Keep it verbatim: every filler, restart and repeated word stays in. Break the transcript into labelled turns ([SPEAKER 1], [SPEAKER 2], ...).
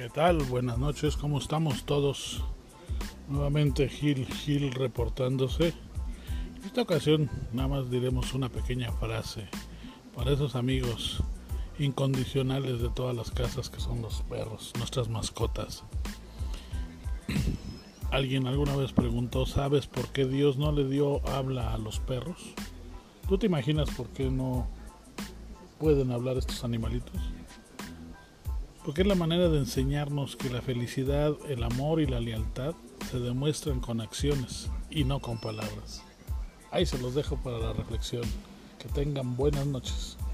[SPEAKER 1] ¿Qué tal? Buenas noches, ¿cómo estamos todos? Nuevamente Gil Gil reportándose. En esta ocasión nada más diremos una pequeña frase para esos amigos incondicionales de todas las casas que son los perros, nuestras mascotas. Alguien alguna vez preguntó, ¿sabes por qué Dios no le dio habla a los perros? ¿Tú te imaginas por qué no pueden hablar estos animalitos? Porque es la manera de enseñarnos que la felicidad, el amor y la lealtad se demuestran con acciones y no con palabras. Ahí se los dejo para la reflexión. Que tengan buenas noches.